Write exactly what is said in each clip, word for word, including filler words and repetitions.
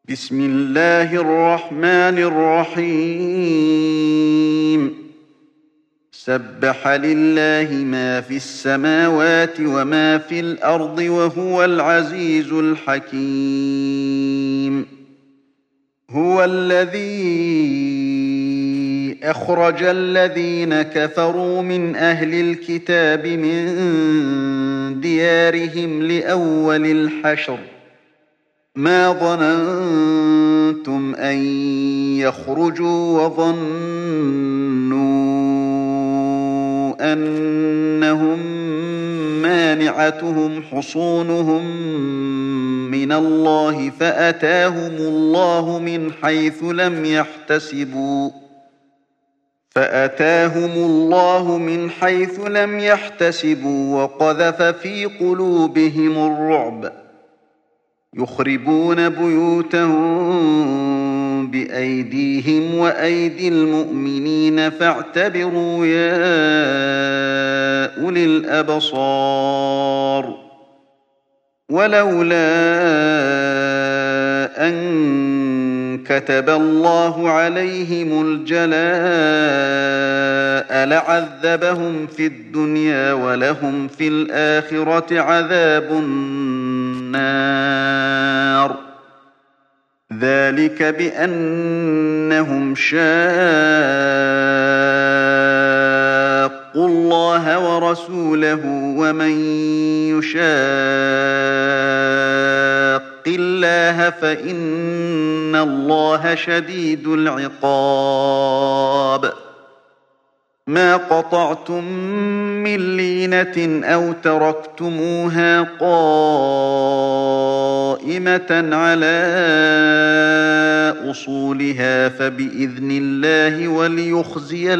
بسم الله الرحمن الرحيم سبح لله ما في السماوات وما في الأرض وهو العزيز الحكيم هو الذي أخرج الذين كفروا من أهل الكتاب من ديارهم لأول الحشر ما ظننتم أن يخرجوا وظنوا أنهم مانعتهم حصونهم من الله فأتاهم الله من حيث لم يحتسبوا فأتاهم الله من حيث لم يحتسبوا وقذف في قلوبهم الرعب يخربون بيوتهم بأيديهم وأيدي المؤمنين فاعتبروا يا أولي الأبصار ولولا أن كتب الله عليهم الجلاء لعذبهم في الدنيا ولهم في الآخرة عذاب النار ذلك بأنهم شاقوا الله ورسوله ومن يشاق الله فإن الله شديد العقاب ما قطعتم من لينة أو تركتموها قائمة على أصولها فبإذن الله وليخزي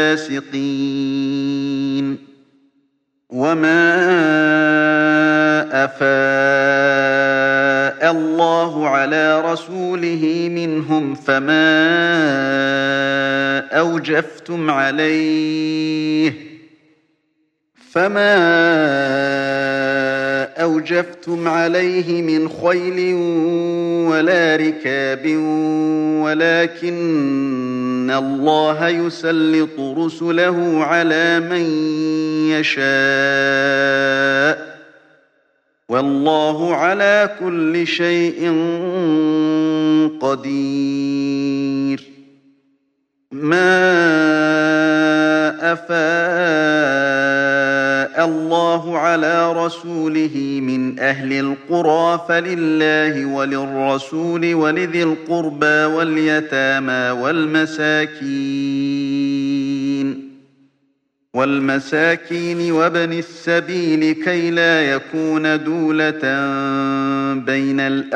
الفاسقين وما أفاء الله على رسوله منهم فما أوجفتم عليه فما أوجفتم عليه من خيل ولا ركاب ولكن الله يسلط رسله على من يشاء والله على كل شيء قدير ما أفاء الله على رسوله من أهل القرى فلله وللرسول ولذي القربى واليتامى والمساكين والمساكين وابن السبيل كي لا يكون دولة بين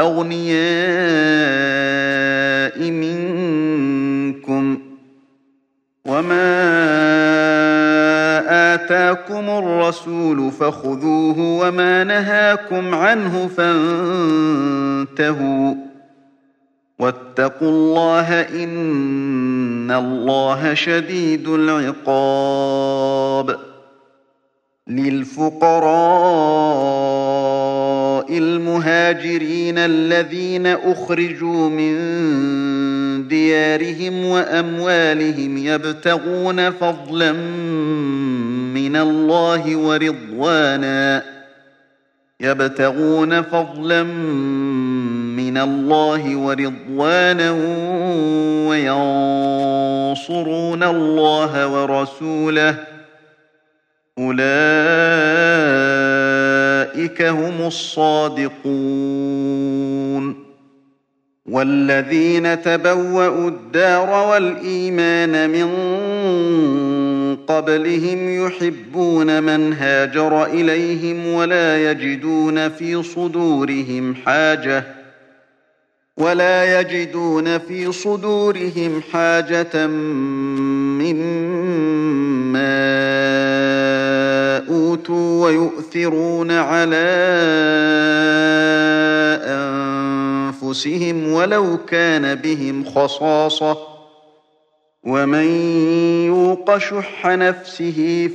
الأغنياء منكم وما آتاكم الرسول فخذوه وما نهاكم عنه فانتهوا واتقوا الله إن الله شديد العقاب للفقراء المهاجرين الذين أخرجوا من ديارهم وأموالهم يبتغون فضلا من الله ورضوانا يبتغون فضلا من الله ورضوانا وينصرون الله ورسوله أولئك هم الصادقون والذين تبوأوا الدار والإيمان من قبلهم يحبون من هاجر إليهم ولا يجدون في صدورهم حاجة ولا يجدون في صدورهم حاجة مما أوتوا ويؤثرون على أنفسهم ولو كان بهم خصاصة ومن يوق شح نفسه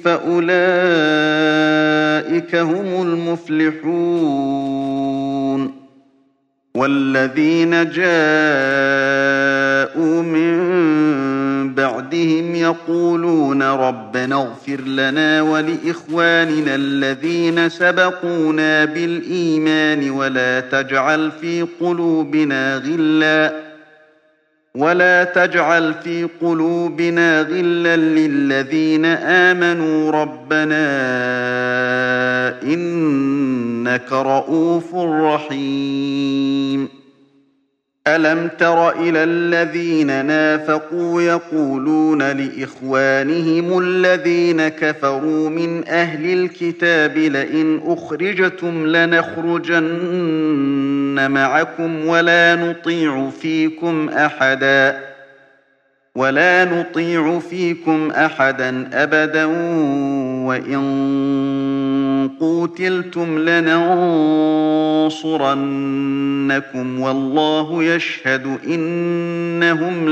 فأولئك هم المفلحون والذين جاءوا من بعدهم يقولون ربنا اغفر لنا ولإخواننا الذين سبقونا بالإيمان ولا تجعل في قلوبنا غلا ولا تجعل في قلوبنا غلا للذين آمنوا ربنا إنك رءوف رحيم ألم تر إلى الذين نافقوا يقولون لإخوانهم الذين كفروا من أهل الكتاب لئن أخرجتم لنخرجن معكم ولا نطيع فيكم أحدا ولا نطيع فيكم أحدا أبدا وإن قوتلتم لننصرنكم والله يشهد إنهم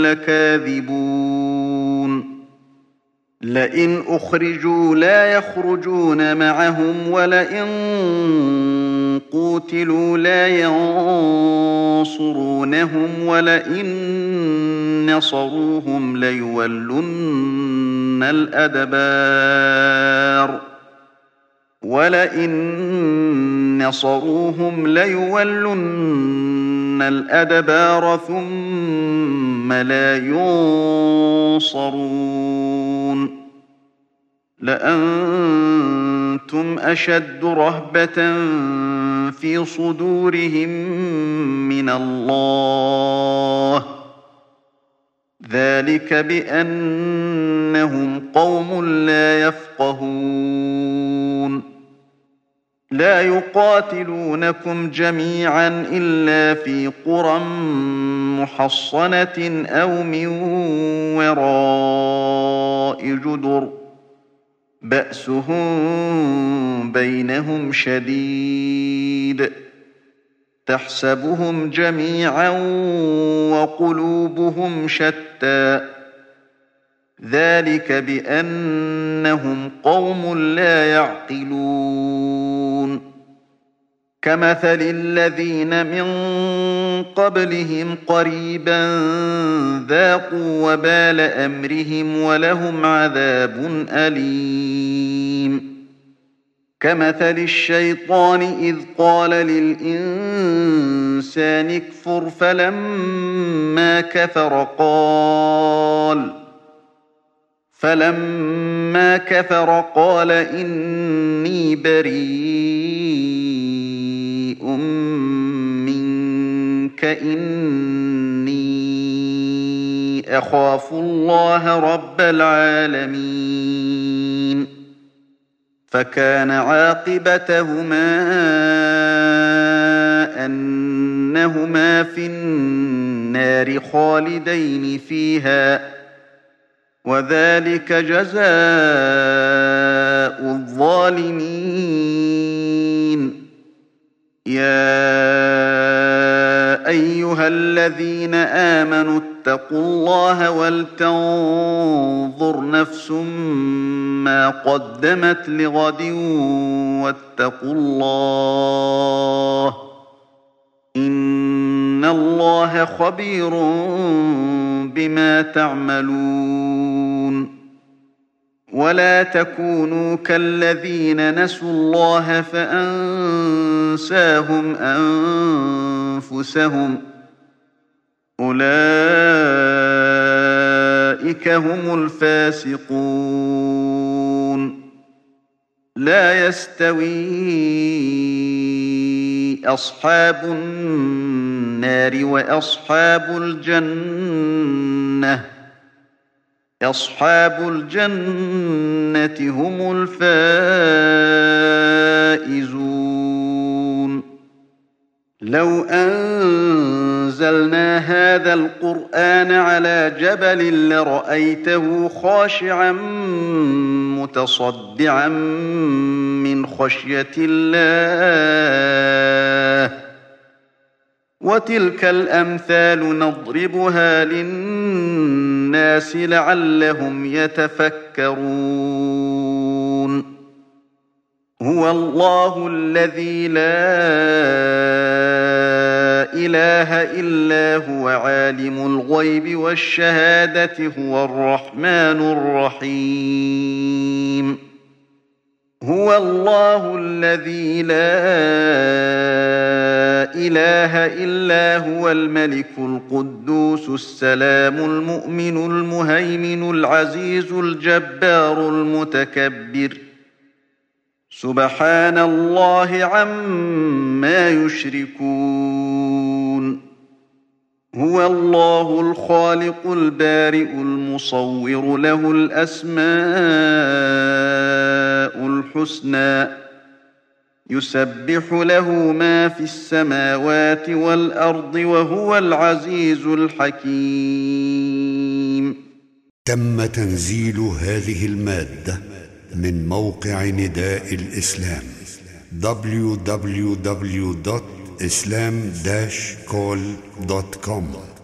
لكاذبون لئن أخرجوا لا يخرجون معهم ولئن قوتلوا لا ينصرونهم ولئن نصروهم ليولن الأدبار ولئن نصروهم ليولن الأدبار ثم لا ينصرون لأنتم أشد رهبة في صدورهم من الله ذلك بأنهم قوم لا يفقهون لا يقاتلونكم جميعا إلا في قرى محصنة أو من وراء جدر بأسهم بينهم شديد تحسبهم جميعا وقلوبهم شتى ذلك بأنهم قوم لا يعقلون كمثل الذين من قبلهم قريبا ذاقوا وبال أمرهم ولهم عذاب أليم كمثل الشيطان إذ قال للإنسان اكفر فلما كفر قال فلما كفر قال إني بريء منك إني أخاف الله رب العالمين فكان عاقبتهما أنهما في النار خالدين فيها وذلك جزاء الظالمين يا أيها الذين آمنوا اتقوا الله ولتنظر نفس ما قدمت لغد واتقوا الله إن الله خبير بما تعملون ولا تكونوا كالذين نسوا الله فأنساهم أنفسهم أولئك هم الفاسقون لا يستوي أصحاب النار وأصحاب الجنة أصحاب الجنة هم الفائزون لو أنزلنا هذا القرآن على جبل لرأيته خاشعا متصدعا من خشية الله وتلك الأمثال نضربها للناس لعلهم يتفكرون هو الله الذي لا إله إلا هو عالم الغيب والشهادة هو الرحمن الرحيم هو الله الذي لا إله إلا هو الملك القدوس السلام المؤمن المهيمن العزيز الجبار المتكبر سبحان الله عما يشركون هو الله الخالق البارئ المصور له الأسماء الحسنى يسبح له ما في السماوات والأرض وهو العزيز الحكيم. تم تنزيل هذه المادة من موقع نداء الإسلام دبليو دبليو دبليو دوت إسلام داش كول دوت كوم.